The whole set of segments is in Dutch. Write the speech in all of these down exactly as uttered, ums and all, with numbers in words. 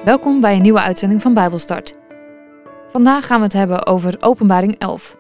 Welkom bij een nieuwe uitzending van Bijbelstart. Vandaag gaan we het hebben over Openbaring elf.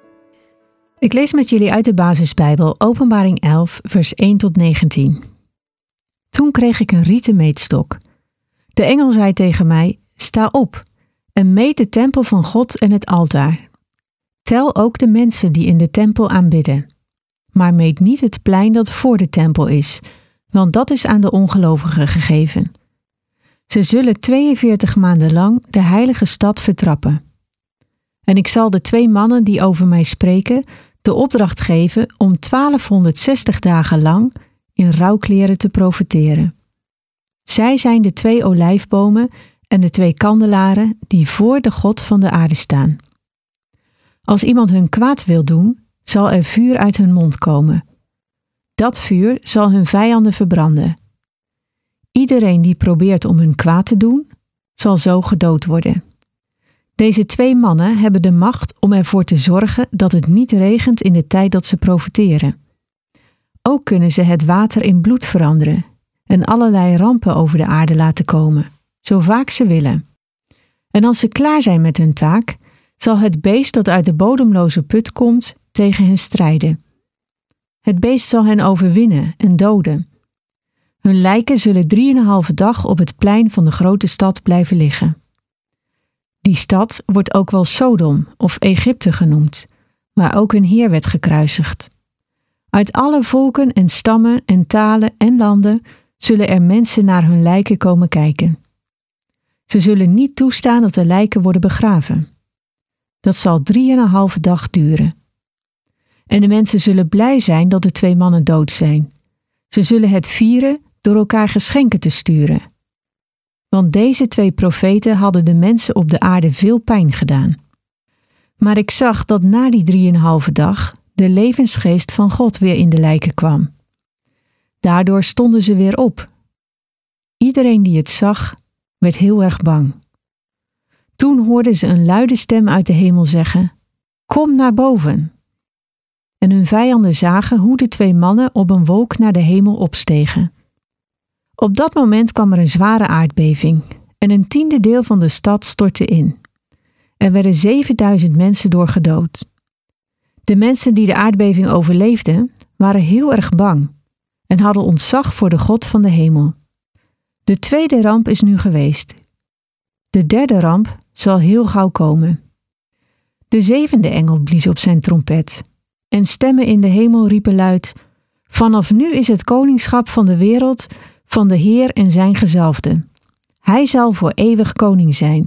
Ik lees met jullie uit de basisbijbel Openbaring elf, vers één tot negentien. Toen kreeg ik een rieten meetstok. De engel zei tegen mij, sta op en meet de tempel van God en het altaar. Tel ook de mensen die in de tempel aanbidden. Maar meet niet het plein dat voor de tempel is, want dat is aan de ongelovigen gegeven. Ze zullen tweeënveertig maanden lang de heilige stad vertrappen. En ik zal de twee mannen die over mij spreken de opdracht geven om twaalfhonderdzestig dagen lang in rouwkleren te profeteren. Zij zijn de twee olijfbomen en de twee kandelaren die voor de God van de aarde staan. Als iemand hun kwaad wil doen, zal er vuur uit hun mond komen. Dat vuur zal hun vijanden verbranden. Iedereen die probeert om hun kwaad te doen, zal zo gedood worden. Deze twee mannen hebben de macht om ervoor te zorgen dat het niet regent in de tijd dat ze profeteren. Ook kunnen ze het water in bloed veranderen en allerlei rampen over de aarde laten komen, zo vaak ze willen. En als ze klaar zijn met hun taak, zal het beest dat uit de bodemloze put komt tegen hen strijden. Het beest zal hen overwinnen en doden. Hun lijken zullen drieënhalve dag op het plein van de grote stad blijven liggen. Die stad wordt ook wel Sodom of Egypte genoemd, waar ook hun Heer werd gekruisigd. Uit alle volken en stammen en talen en landen zullen er mensen naar hun lijken komen kijken. Ze zullen niet toestaan dat de lijken worden begraven. Dat zal drieënhalve dag duren. En de mensen zullen blij zijn dat de twee mannen dood zijn. Ze zullen het vieren door elkaar geschenken te sturen. Want deze twee profeten hadden de mensen op de aarde veel pijn gedaan. Maar ik zag dat na die drieënhalve dag de levensgeest van God weer in de lijken kwam. Daardoor stonden ze weer op. Iedereen die het zag, werd heel erg bang. Toen hoorden ze een luide stem uit de hemel zeggen, kom naar boven. En hun vijanden zagen hoe de twee mannen op een wolk naar de hemel opstegen. Op dat moment kwam er een zware aardbeving en een tiende deel van de stad stortte in. Er werden zevenduizend mensen door gedood. De mensen die de aardbeving overleefden, waren heel erg bang en hadden ontzag voor de God van de hemel. De tweede ramp is nu geweest. De derde ramp zal heel gauw komen. De zevende engel blies op zijn trompet en stemmen in de hemel riepen luid, vanaf nu is het koningschap van de wereld van de Heer en zijn gezalfde. Hij zal voor eeuwig koning zijn.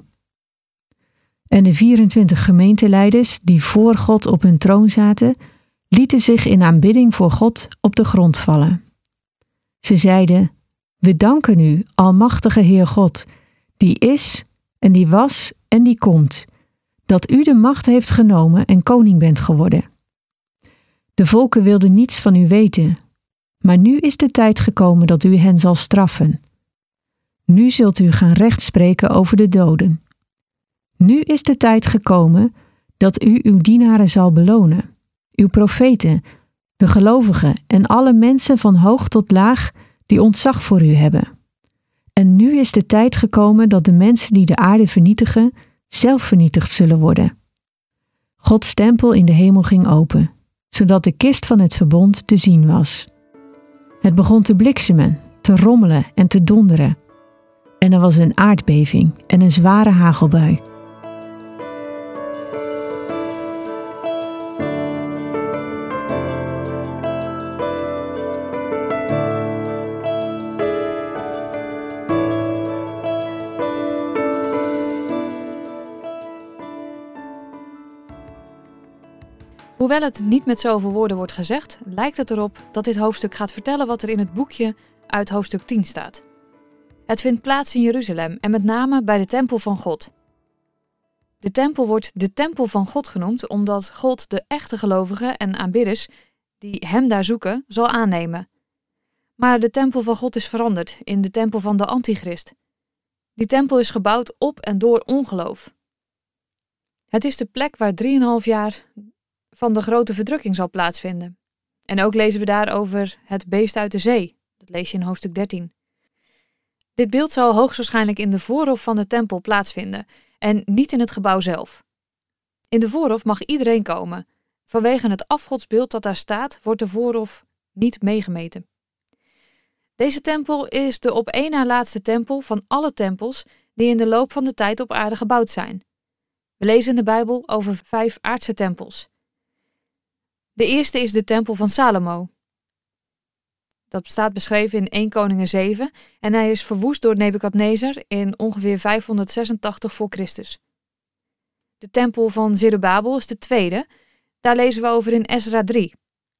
En de vierentwintig gemeenteleiders die voor God op hun troon zaten, lieten zich in aanbidding voor God op de grond vallen. Ze zeiden, we danken u, almachtige Heer God, die is en die was en die komt, dat u de macht heeft genomen en koning bent geworden. De volken wilden niets van u weten, maar nu is de tijd gekomen dat u hen zal straffen. Nu zult u gaan rechtspreken over de doden. Nu is de tijd gekomen dat u uw dienaren zal belonen, uw profeten, de gelovigen en alle mensen van hoog tot laag die ontzag voor u hebben. En nu is de tijd gekomen dat de mensen die de aarde vernietigen, zelf vernietigd zullen worden. Gods tempel in de hemel ging open, zodat de kist van het verbond te zien was. Het begon te bliksemen, te rommelen en te donderen. En er was een aardbeving en een zware hagelbui. Hoewel het niet met zoveel woorden wordt gezegd, lijkt het erop dat dit hoofdstuk gaat vertellen wat er in het boekje uit hoofdstuk tien staat. Het vindt plaats in Jeruzalem en met name bij de tempel van God. De tempel wordt de tempel van God genoemd omdat God de echte gelovigen en aanbidders die hem daar zoeken zal aannemen. Maar de tempel van God is veranderd in de tempel van de Antichrist. Die tempel is gebouwd op en door ongeloof. Het is de plek waar drieënhalf jaar van de grote verdrukking zal plaatsvinden. En ook lezen we daar over het beest uit de zee. Dat lees je in hoofdstuk dertien. Dit beeld zal hoogstwaarschijnlijk in de voorhof van de tempel plaatsvinden en niet in het gebouw zelf. In de voorhof mag iedereen komen. Vanwege het afgodsbeeld dat daar staat, wordt de voorhof niet meegemeten. Deze tempel is de op één na laatste tempel van alle tempels die in de loop van de tijd op aarde gebouwd zijn. We lezen in de Bijbel over vijf aardse tempels. De eerste is de tempel van Salomo. Dat staat beschreven in Eerste Koningen zeven en hij is verwoest door Nebukadnezar in ongeveer vijfhonderdzesentachtig voor Christus. De tempel van Zerubabel is de tweede, daar lezen we over in Ezra drie.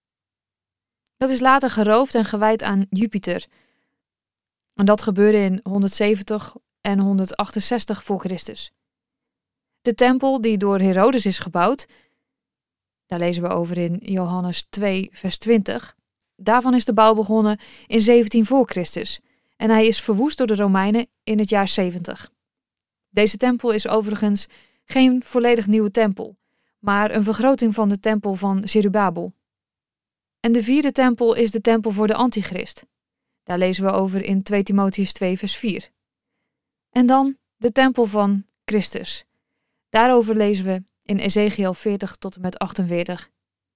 Dat is later geroofd en gewijd aan Jupiter. En dat gebeurde in honderdzeventig en honderdachtenzestig voor Christus. De tempel die door Herodes is gebouwd, daar lezen we over in Johannes twee vers twintig. Daarvan is de bouw begonnen in zeventien voor Christus en hij is verwoest door de Romeinen in het jaar zeventig. Deze tempel is overigens geen volledig nieuwe tempel, maar een vergroting van de tempel van Zerubabel. En de vierde tempel is de tempel voor de Antichrist. Daar lezen we over in tweede Timotheüs twee vers vier. En dan de tempel van Christus. Daarover lezen we in Ezekiel veertig tot en met achtenveertig.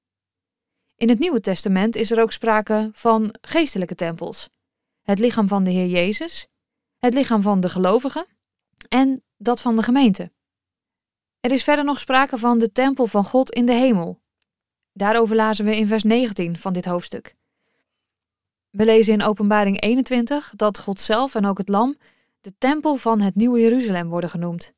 In het Nieuwe Testament is er ook sprake van geestelijke tempels. Het lichaam van de Heer Jezus, het lichaam van de gelovigen en dat van de gemeente. Er is verder nog sprake van de tempel van God in de hemel. Daarover lazen we in vers negentien van dit hoofdstuk. We lezen in Openbaring eenentwintig dat God zelf en ook het lam de tempel van het nieuwe Jeruzalem worden genoemd.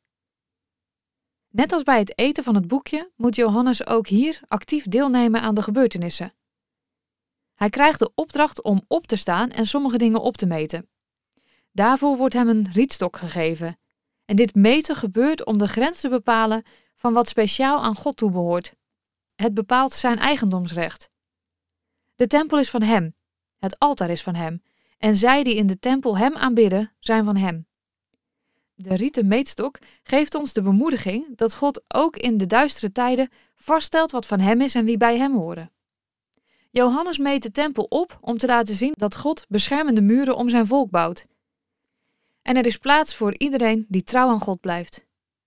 Net als bij het eten van het boekje moet Johannes ook hier actief deelnemen aan de gebeurtenissen. Hij krijgt de opdracht om op te staan en sommige dingen op te meten. Daarvoor wordt hem een rietstok gegeven. En dit meten gebeurt om de grens te bepalen van wat speciaal aan God toebehoort. Het bepaalt zijn eigendomsrecht. De tempel is van hem, het altaar is van hem, en zij die in de tempel hem aanbidden, zijn van hem. De rieten meetstok geeft ons de bemoediging dat God ook in de duistere tijden vaststelt wat van hem is en wie bij hem horen. Johannes meet de tempel op om te laten zien dat God beschermende muren om zijn volk bouwt. En er is plaats voor iedereen die trouw aan God blijft.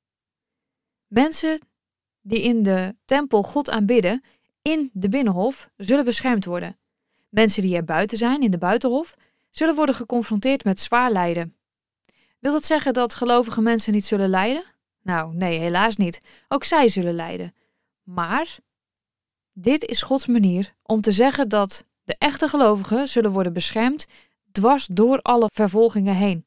Mensen die in de tempel God aanbidden, in de binnenhof, zullen beschermd worden. Mensen die er buiten zijn, in de buitenhof, zullen worden geconfronteerd met zwaar lijden. Wil dat zeggen dat gelovige mensen niet zullen lijden? Nou, nee, helaas niet. Ook zij zullen lijden. Maar dit is Gods manier om te zeggen dat de echte gelovigen zullen worden beschermd dwars door alle vervolgingen heen.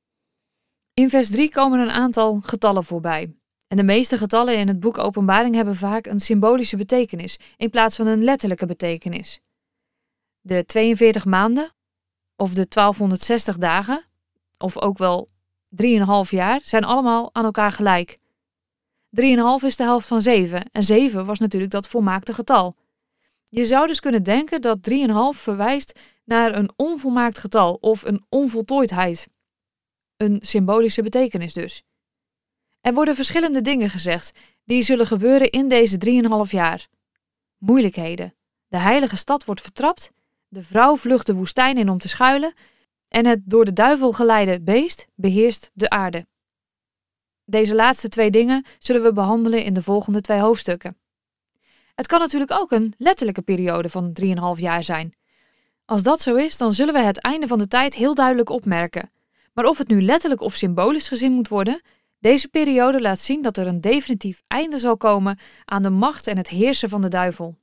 In vers drie komen een aantal getallen voorbij. En de meeste getallen in het boek Openbaring hebben vaak een symbolische betekenis in plaats van een letterlijke betekenis. De tweeënveertig maanden, of de twaalfhonderdzestig dagen, of ook wel drieënhalf jaar, zijn allemaal aan elkaar gelijk. drieënhalf is de helft van zeven en zeven was natuurlijk dat volmaakte getal. Je zou dus kunnen denken dat drieënhalf verwijst naar een onvolmaakt getal of een onvoltooidheid. Een symbolische betekenis dus. Er worden verschillende dingen gezegd die zullen gebeuren in deze drieënhalf jaar. Moeilijkheden. De heilige stad wordt vertrapt, de vrouw vlucht de woestijn in om te schuilen en het door de duivel geleide beest beheerst de aarde. Deze laatste twee dingen zullen we behandelen in de volgende twee hoofdstukken. Het kan natuurlijk ook een letterlijke periode van drieënhalf jaar zijn. Als dat zo is, dan zullen we het einde van de tijd heel duidelijk opmerken. Maar of het nu letterlijk of symbolisch gezien moet worden, deze periode laat zien dat er een definitief einde zal komen aan de macht en het heersen van de duivel.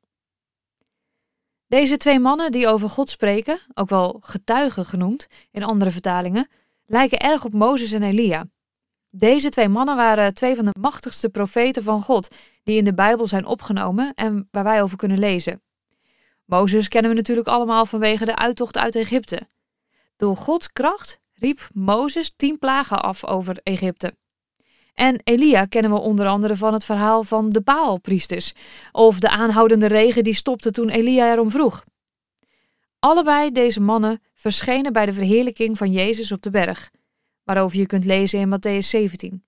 Deze twee mannen die over God spreken, ook wel getuigen genoemd in andere vertalingen, lijken erg op Mozes en Elia. Deze twee mannen waren twee van de machtigste profeten van God die in de Bijbel zijn opgenomen en waar wij over kunnen lezen. Mozes kennen we natuurlijk allemaal vanwege de uittocht uit Egypte. Door Gods kracht riep Mozes tien plagen af over Egypte. En Elia kennen we onder andere van het verhaal van de Baalpriesters, of de aanhoudende regen die stopte toen Elia erom vroeg. Allebei deze mannen verschenen bij de verheerlijking van Jezus op de berg, waarover je kunt lezen in Mattheüs zeventien.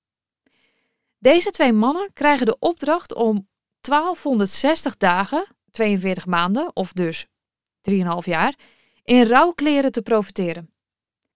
Deze twee mannen krijgen de opdracht om twaalfhonderdzestig dagen, tweeënveertig maanden, of dus drieënhalf jaar, in rouwkleren te profeteren.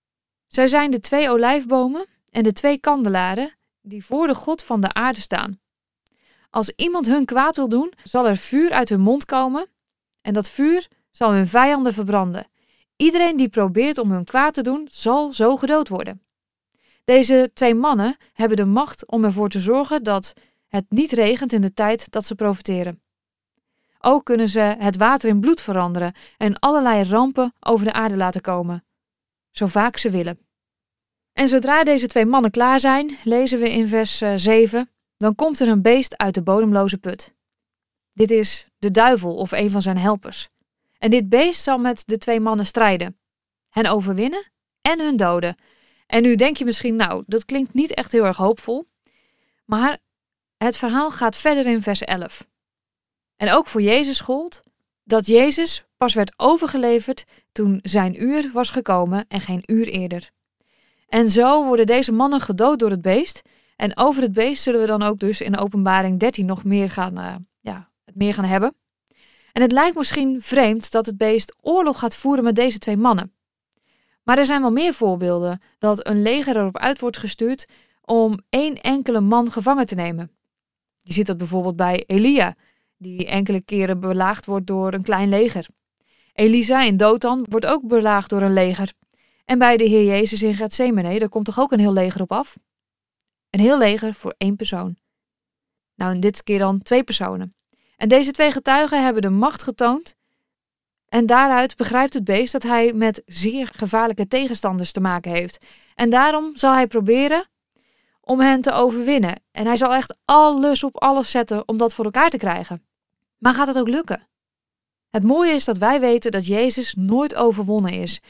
Zij zijn de twee olijfbomen en de twee kandelaren die voor de God van de aarde staan. Als iemand hun kwaad wil doen, zal er vuur uit hun mond komen en dat vuur zal hun vijanden verbranden. Iedereen die probeert om hun kwaad te doen, zal zo gedood worden. Deze twee mannen hebben de macht om ervoor te zorgen dat het niet regent in de tijd dat ze profiteren. Ook kunnen ze het water in bloed veranderen en allerlei rampen over de aarde laten komen, zo vaak ze willen. En zodra deze twee mannen klaar zijn, lezen we in vers zeven, dan komt er een beest uit de bodemloze put. Dit is de duivel of een van zijn helpers. En dit beest zal met de twee mannen strijden, hen overwinnen en hun doden. En nu denk je misschien, nou, dat klinkt niet echt heel erg hoopvol. Maar het verhaal gaat verder in vers elf. En ook voor Jezus gold dat Jezus pas werd overgeleverd toen zijn uur was gekomen en geen uur eerder. En zo worden deze mannen gedood door het beest. En over het beest zullen we dan ook dus in Openbaring dertien nog meer gaan, uh, ja, het meer gaan hebben. En het lijkt misschien vreemd dat het beest oorlog gaat voeren met deze twee mannen. Maar er zijn wel meer voorbeelden dat een leger erop uit wordt gestuurd om één enkele man gevangen te nemen. Je ziet dat bijvoorbeeld bij Elia, die enkele keren belaagd wordt door een klein leger. Elisa in Dothan wordt ook belaagd door een leger. En bij de Heer Jezus in Gethsemane, daar komt toch ook een heel leger op af? Een heel leger voor één persoon. Nou, in dit keer dan twee personen. En deze twee getuigen hebben de macht getoond. En daaruit begrijpt het beest dat hij met zeer gevaarlijke tegenstanders te maken heeft. En daarom zal hij proberen om hen te overwinnen. En hij zal echt alles op alles zetten om dat voor elkaar te krijgen. Maar gaat het ook lukken? Het mooie is dat wij weten dat Jezus nooit overwonnen is.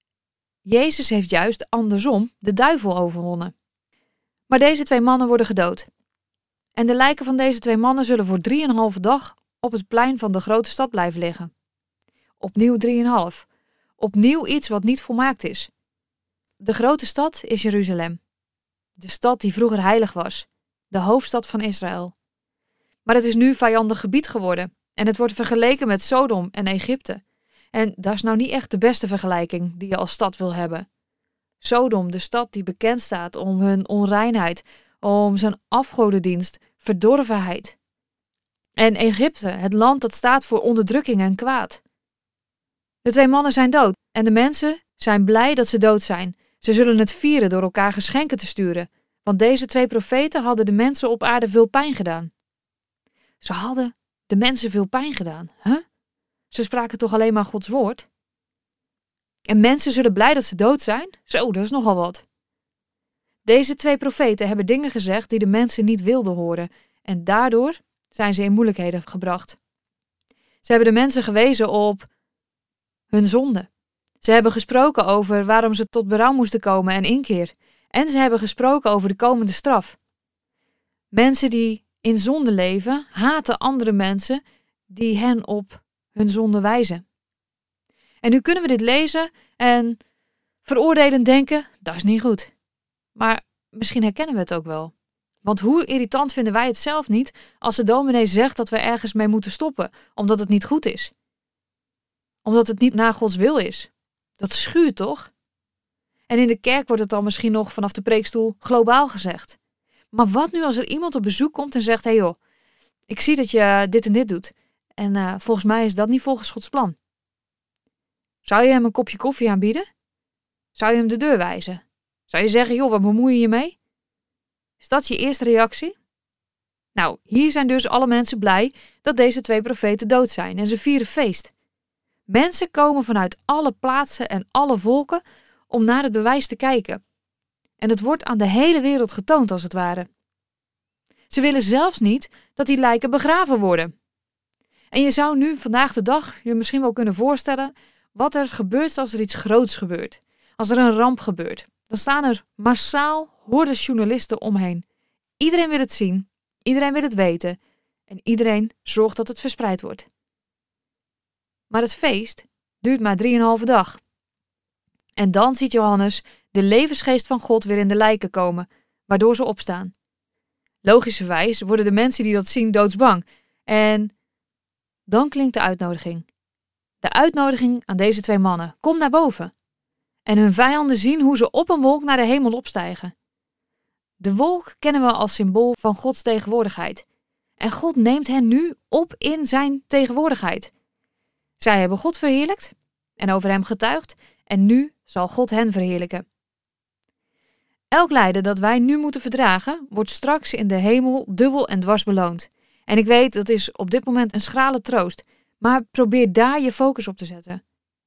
Jezus heeft juist andersom de duivel overwonnen. Maar deze twee mannen worden gedood. En de lijken van deze twee mannen zullen voor drieënhalve dag op het plein van de grote stad blijven liggen. Opnieuw drieënhalf. Opnieuw iets wat niet volmaakt is. De grote stad is Jeruzalem. De stad die vroeger heilig was. De hoofdstad van Israël. Maar het is nu vijandig gebied geworden. En het wordt vergeleken met Sodom en Egypte. En dat is nou niet echt de beste vergelijking die je als stad wil hebben. Sodom, de stad die bekend staat om hun onreinheid, om zijn afgodendienst, verdorvenheid. En Egypte, het land dat staat voor onderdrukking en kwaad. De twee mannen zijn dood en de mensen zijn blij dat ze dood zijn. Ze zullen het vieren door elkaar geschenken te sturen, want deze twee profeten hadden de mensen op aarde veel pijn gedaan. Ze hadden de mensen veel pijn gedaan, hè? Huh? Ze spraken toch alleen maar Gods woord? En mensen zullen blij dat ze dood zijn? Zo, dat is nogal wat. Deze twee profeten hebben dingen gezegd die de mensen niet wilden horen en daardoor zijn ze in moeilijkheden gebracht. Ze hebben de mensen gewezen op hun zonde. Ze hebben gesproken over waarom ze tot berouw moesten komen en inkeer. En ze hebben gesproken over de komende straf. Mensen die in zonde leven, haten andere mensen die hen op hun zonde wijzen. En nu kunnen we dit lezen en veroordelend denken, dat is niet goed. Maar misschien herkennen we het ook wel. Want hoe irritant vinden wij het zelf niet als de dominee zegt dat we ergens mee moeten stoppen, omdat het niet goed is. Omdat het niet naar Gods wil is. Dat schuurt toch? En in de kerk wordt het dan misschien nog vanaf de preekstoel globaal gezegd. Maar wat nu als er iemand op bezoek komt en zegt, hé hey joh, ik zie dat je dit en dit doet. En uh, volgens mij is dat niet volgens Gods plan. Zou je hem een kopje koffie aanbieden? Zou je hem de deur wijzen? Zou je zeggen, joh, wat bemoei je je mee? Is dat je eerste reactie? Nou, hier zijn dus alle mensen blij dat deze twee profeten dood zijn en ze vieren feest. Mensen komen vanuit alle plaatsen en alle volken om naar het bewijs te kijken. En het wordt aan de hele wereld getoond als het ware. Ze willen zelfs niet dat die lijken begraven worden. En je zou nu vandaag de dag je misschien wel kunnen voorstellen wat er gebeurt als er iets groots gebeurt. Als er een ramp gebeurt. Dan staan er massaal hordes journalisten omheen. Iedereen wil het zien, iedereen wil het weten en iedereen zorgt dat het verspreid wordt. Maar het feest duurt maar drieënhalve dag. En dan ziet Johannes de levensgeest van God weer in de lijken komen, waardoor ze opstaan. Logischerwijs worden de mensen die dat zien doodsbang. En dan klinkt de uitnodiging. De uitnodiging aan deze twee mannen. Kom naar boven. en hun vijanden zien hoe ze op een wolk naar de hemel opstijgen. De wolk kennen we als symbool van Gods tegenwoordigheid. En God neemt hen nu op in zijn tegenwoordigheid. Zij hebben God verheerlijkt en over hem getuigd en nu zal God hen verheerlijken. Elk lijden dat wij nu moeten verdragen, wordt straks in de hemel dubbel en dwars beloond. En ik weet, dat is op dit moment een schrale troost, maar probeer daar je focus op te zetten.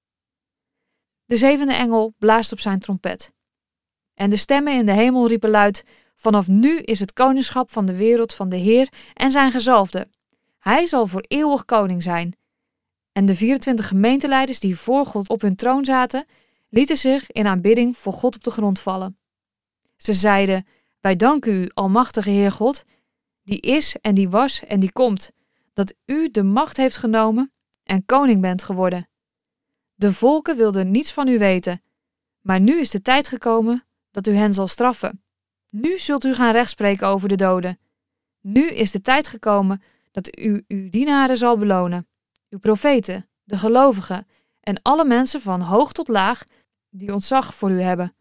De zevende engel blaast op zijn trompet. En de stemmen in de hemel riepen luid: vanaf nu is het koningschap van de wereld van de Heer en zijn gezalfde. Hij zal voor eeuwig koning zijn. En de vierentwintig gemeenteleiders die voor God op hun troon zaten, lieten zich in aanbidding voor God op de grond vallen. Ze zeiden: wij danken u, almachtige Heer God, die is en die was en die komt, dat u de macht heeft genomen en koning bent geworden. De volken wilden niets van u weten, maar nu is de tijd gekomen dat u hen zal straffen. Nu zult u gaan rechtspreken over de doden. Nu is de tijd gekomen dat u uw dienaren zal belonen, uw profeten, de gelovigen en alle mensen van hoog tot laag die ontzag voor u hebben.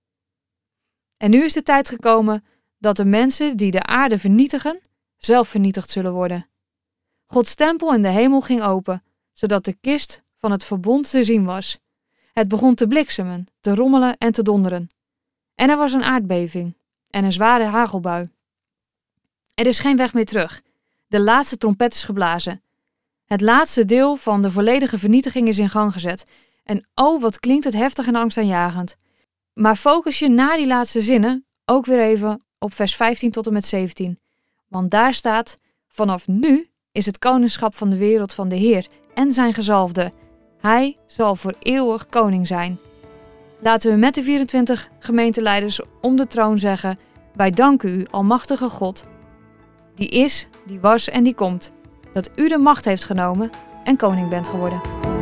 En nu is de tijd gekomen dat de mensen die de aarde vernietigen, zelf vernietigd zullen worden. Gods tempel in de hemel ging open, zodat de kist van het verbond te zien was. Het begon te bliksemen, te rommelen en te donderen. En er was een aardbeving en een zware hagelbui. Er is geen weg meer terug. De laatste trompet is geblazen. Het laatste deel van de volledige vernietiging is in gang gezet. En oh, wat klinkt het heftig en angstaanjagend. Maar focus je na die laatste zinnen ook weer even op vers vijftien tot en met zeventien. Want daar staat: vanaf nu is het koningschap van de wereld van de Heer en zijn gezalfde. Hij zal voor eeuwig koning zijn. Laten we met de vierentwintig gemeenteleiders om de troon zeggen: wij danken u, almachtige God, die is, die was en die komt, dat u de macht heeft genomen en koning bent geworden.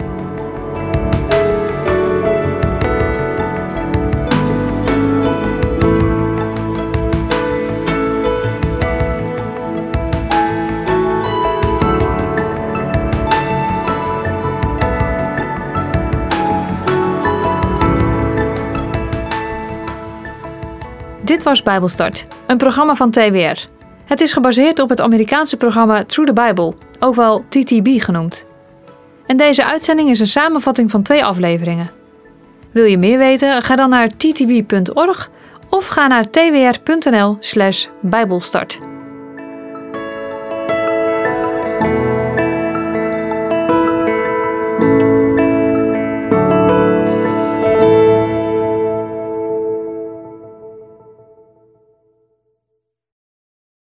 Dit was Bijbelstart, een programma van T W R. Het is gebaseerd op het Amerikaanse programma Through the Bible, ook wel T T B genoemd. En deze uitzending is een samenvatting van twee afleveringen. Wil je meer weten? Ga dan naar t t b punt org of ga naar t w r punt n l slash bijbelstart.